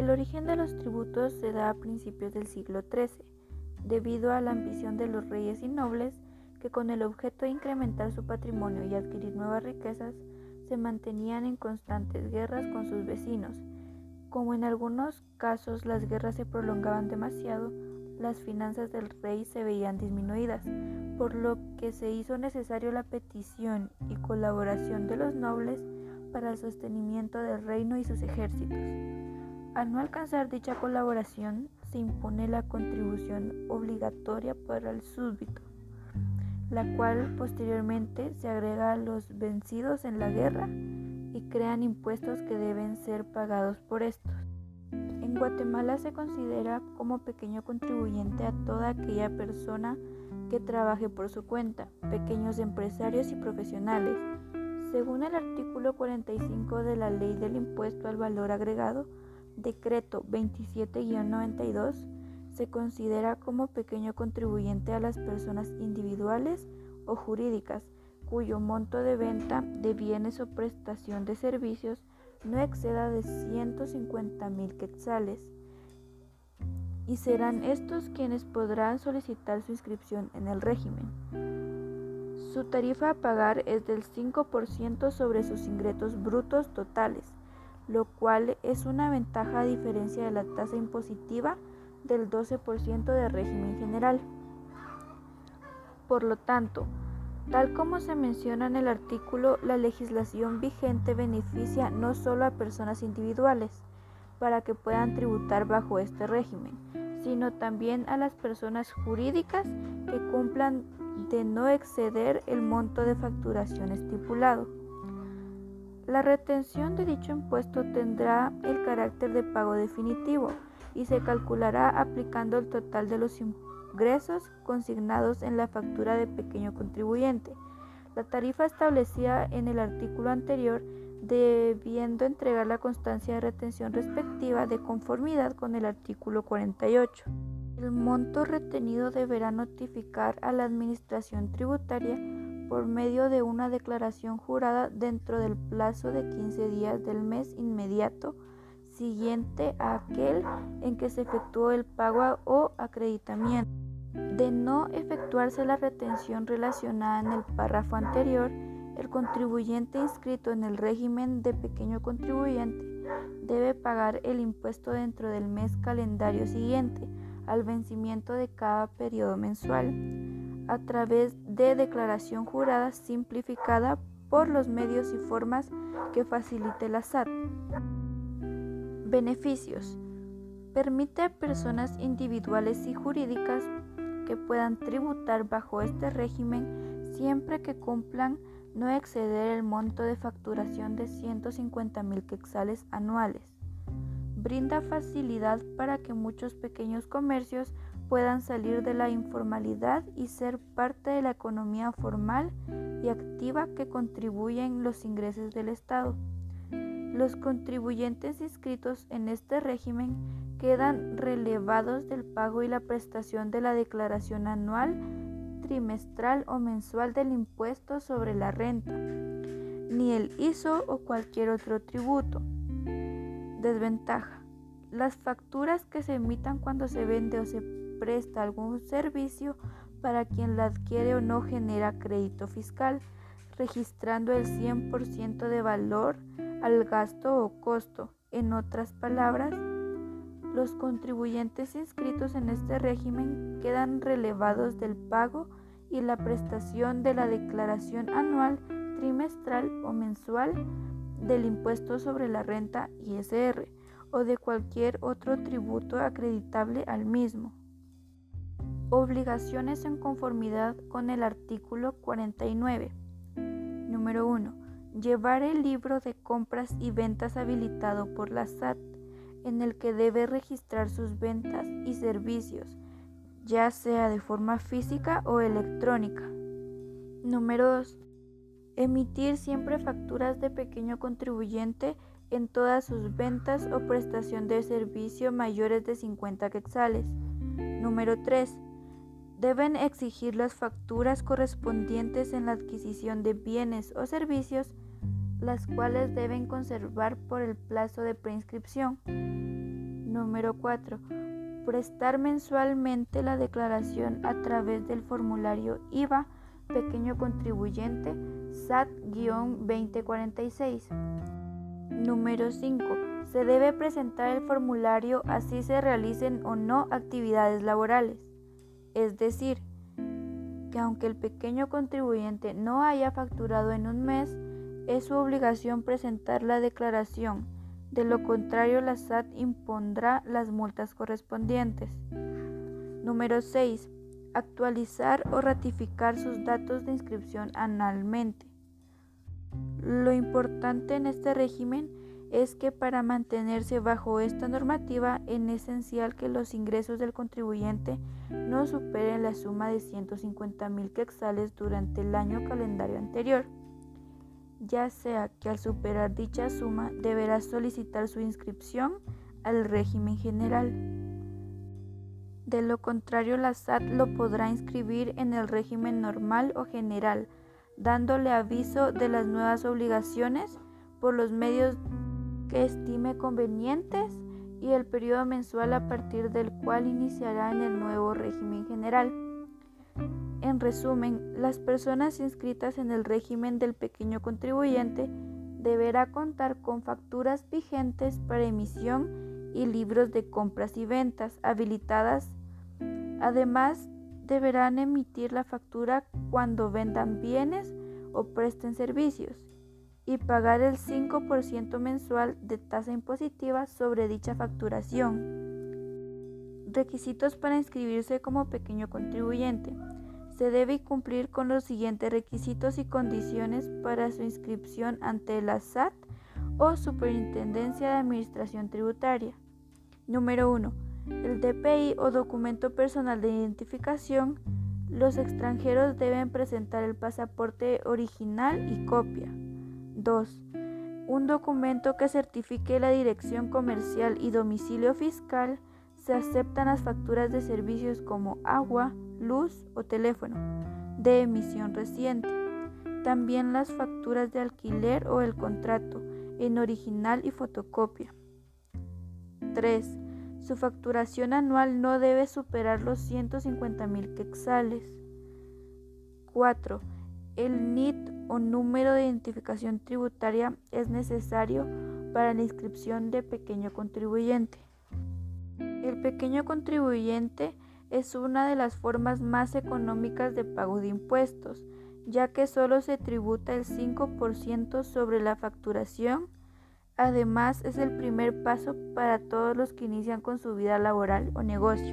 El origen de los tributos se da a principios del siglo XIII, debido a la ambición de los reyes y nobles que, con el objeto de incrementar su patrimonio y adquirir nuevas riquezas, se mantenían en constantes guerras con sus vecinos. Como en algunos casos las guerras se prolongaban demasiado, las finanzas del rey se veían disminuidas, por lo que se hizo necesario la petición y colaboración de los nobles para el sostenimiento del reino y sus ejércitos. Al no alcanzar dicha colaboración, se impone la contribución obligatoria para el súbdito, la cual posteriormente se agrega a los vencidos en la guerra y crean impuestos que deben ser pagados por estos. En Guatemala se considera como pequeño contribuyente a toda aquella persona que trabaje por su cuenta, pequeños empresarios y profesionales. Según el artículo 45 de la Ley del Impuesto al Valor Agregado, Decreto 27-92, se considera como pequeño contribuyente a las personas individuales o jurídicas cuyo monto de venta de bienes o prestación de servicios no exceda de 150,000 quetzales, y serán estos quienes podrán solicitar su inscripción en el régimen. Su tarifa a pagar es del 5% sobre sus ingresos brutos totales, lo cual es una ventaja a diferencia de la tasa impositiva del 12% del régimen general. Por lo tanto, tal como se menciona en el artículo, la legislación vigente beneficia no solo a personas individuales para que puedan tributar bajo este régimen, sino también a las personas jurídicas que cumplan de no exceder el monto de facturación estipulado. La retención de dicho impuesto tendrá el carácter de pago definitivo y se calculará aplicando el total de los ingresos consignados en la factura de pequeño contribuyente. La tarifa establecida en el artículo anterior, debiendo entregar la constancia de retención respectiva de conformidad con el artículo 48. El monto retenido deberá notificar a la Administración Tributaria por medio de una declaración jurada dentro del plazo de 15 días del mes inmediato siguiente a aquel en que se efectuó el pago o acreditamiento. De no efectuarse la retención relacionada en el párrafo anterior, el contribuyente inscrito en el régimen de pequeño contribuyente debe pagar el impuesto dentro del mes calendario siguiente al vencimiento de cada periodo mensual, a través de declaración jurada simplificada por los medios y formas que facilite la SAT. Beneficios. Permite a personas individuales y jurídicas que puedan tributar bajo este régimen siempre que cumplan no exceder el monto de facturación de 150,000 quetzales anuales. Brinda facilidad para que muchos pequeños comercios puedan salir de la informalidad y ser parte de la economía formal y activa que contribuyen los ingresos del Estado. Los contribuyentes inscritos en este régimen quedan relevados del pago y la prestación de la declaración anual, trimestral o mensual del impuesto sobre la renta, ni el ISO o cualquier otro tributo. Desventaja. Las facturas que se emitan cuando se vende o se presta algún servicio para quien la adquiere o no genera crédito fiscal, registrando el 100% de valor al gasto o costo. En otras palabras, los contribuyentes inscritos en este régimen quedan relevados del pago y la prestación de la declaración anual, trimestral o mensual del impuesto sobre la renta ISR o de cualquier otro tributo acreditable al mismo. Obligaciones en conformidad con el artículo 49. Número 1. Llevar el libro de compras y ventas habilitado por la SAT, en el que debe registrar sus ventas y servicios, ya sea de forma física o electrónica. Número 2. Emitir siempre facturas de pequeño contribuyente en todas sus ventas o prestación de servicio mayores de 50 quetzales. Número 3. Deben exigir las facturas correspondientes en la adquisición de bienes o servicios, las cuales deben conservar por el plazo de preinscripción. Número 4. Prestar mensualmente la declaración a través del formulario IVA Pequeño Contribuyente SAT-2046. Número 5. Se debe presentar el formulario así se realicen o no actividades laborales. Es decir, que aunque el pequeño contribuyente no haya facturado en un mes, es su obligación presentar la declaración. De lo contrario, la SAT impondrá las multas correspondientes. Número 6. Actualizar o ratificar sus datos de inscripción anualmente. Lo importante en este régimen es que para mantenerse bajo esta normativa es esencial que los ingresos del contribuyente no superen la suma de 150,000 quetzales durante el año calendario anterior, ya sea que al superar dicha suma deberá solicitar su inscripción al régimen general. De lo contrario, la SAT lo podrá inscribir en el régimen normal o general, dándole aviso de las nuevas obligaciones por los medios que estime convenientes y el periodo mensual a partir del cual iniciará en el nuevo régimen general. En resumen, las personas inscritas en el régimen del pequeño contribuyente deberá contar con facturas vigentes para emisión y libros de compras y ventas habilitadas. Además, deberán emitir la factura cuando vendan bienes o presten servicios y pagar el 5% mensual de tasa impositiva sobre dicha facturación. Requisitos para inscribirse como pequeño contribuyente. Se debe cumplir con los siguientes requisitos y condiciones para su inscripción ante la SAT o Superintendencia de Administración Tributaria. Número 1. El DPI o documento personal de identificación. Los extranjeros deben presentar el pasaporte original y copia. 2. Un documento que certifique la dirección comercial y domicilio fiscal. Se aceptan las facturas de servicios como agua, luz o teléfono, de emisión reciente. También las facturas de alquiler o el contrato, en original y fotocopia. 3. Su facturación anual no debe superar los 150,000 quetzales. 4. El NIT o número de identificación tributaria es necesario para la inscripción de pequeño contribuyente. El pequeño contribuyente es una de las formas más económicas de pago de impuestos, ya que solo se tributa el 5% sobre la facturación. Además, es el primer paso para todos los que inician con su vida laboral o negocios.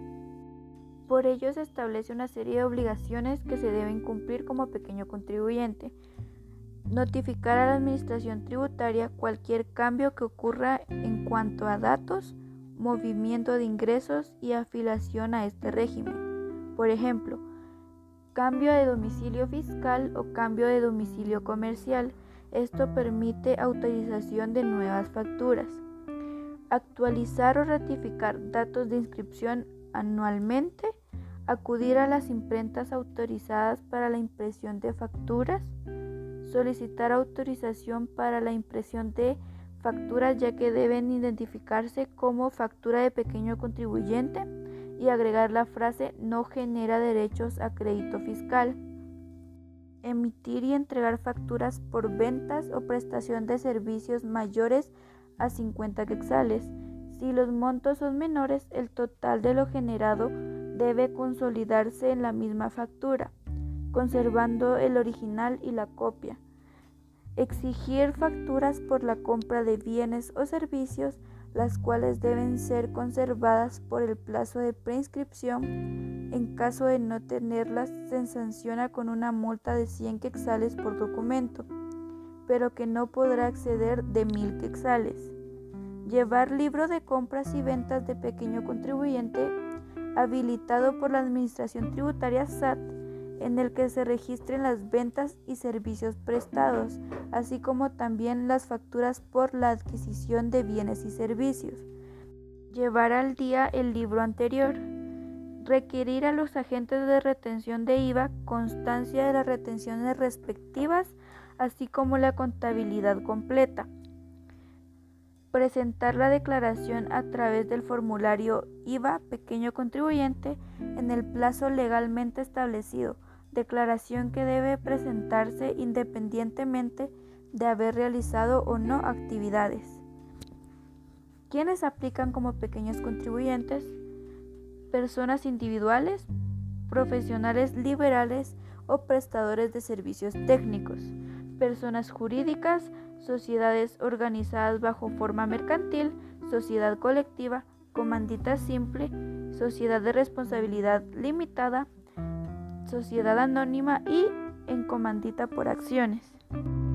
Por ello, se establece una serie de obligaciones que se deben cumplir como pequeño contribuyente. Notificar a la Administración Tributaria cualquier cambio que ocurra en cuanto a datos, movimiento de ingresos y afiliación a este régimen. Por ejemplo, cambio de domicilio fiscal o cambio de domicilio comercial. Esto permite autorización de nuevas facturas. Actualizar o ratificar datos de inscripción anualmente. Acudir a las imprentas autorizadas para la impresión de facturas. Solicitar autorización para la impresión de facturas ya que deben identificarse como factura de pequeño contribuyente y agregar la frase no genera derechos a crédito fiscal. Emitir y entregar facturas por ventas o prestación de servicios mayores a 50 quetzales. Si los montos son menores, el total de lo generado debe consolidarse en la misma factura, conservando el original y la copia. Exigir facturas por la compra de bienes o servicios, las cuales deben ser conservadas por el plazo de preinscripción. En caso de no tenerlas, se sanciona con una multa de 100 quetzales por documento, pero que no podrá exceder de 1,000 quetzales. Llevar libro de compras y ventas de pequeño contribuyente habilitado por la Administración Tributaria SAT, en el que se registren las ventas y servicios prestados, así como también las facturas por la adquisición de bienes y servicios. Llevar al día el libro anterior. Requerir a los agentes de retención de IVA constancia de las retenciones respectivas, así como la contabilidad completa. presentar la declaración a través del formulario IVA pequeño contribuyente en el plazo legalmente establecido, declaración que debe presentarse independientemente de haber realizado o no actividades. ¿Quiénes aplican como pequeños contribuyentes? Personas individuales, profesionales liberales o prestadores de servicios técnicos, personas jurídicas, sociedades organizadas bajo forma mercantil, sociedad colectiva, comandita simple, sociedad de responsabilidad limitada, sociedad anónima y en comandita por acciones.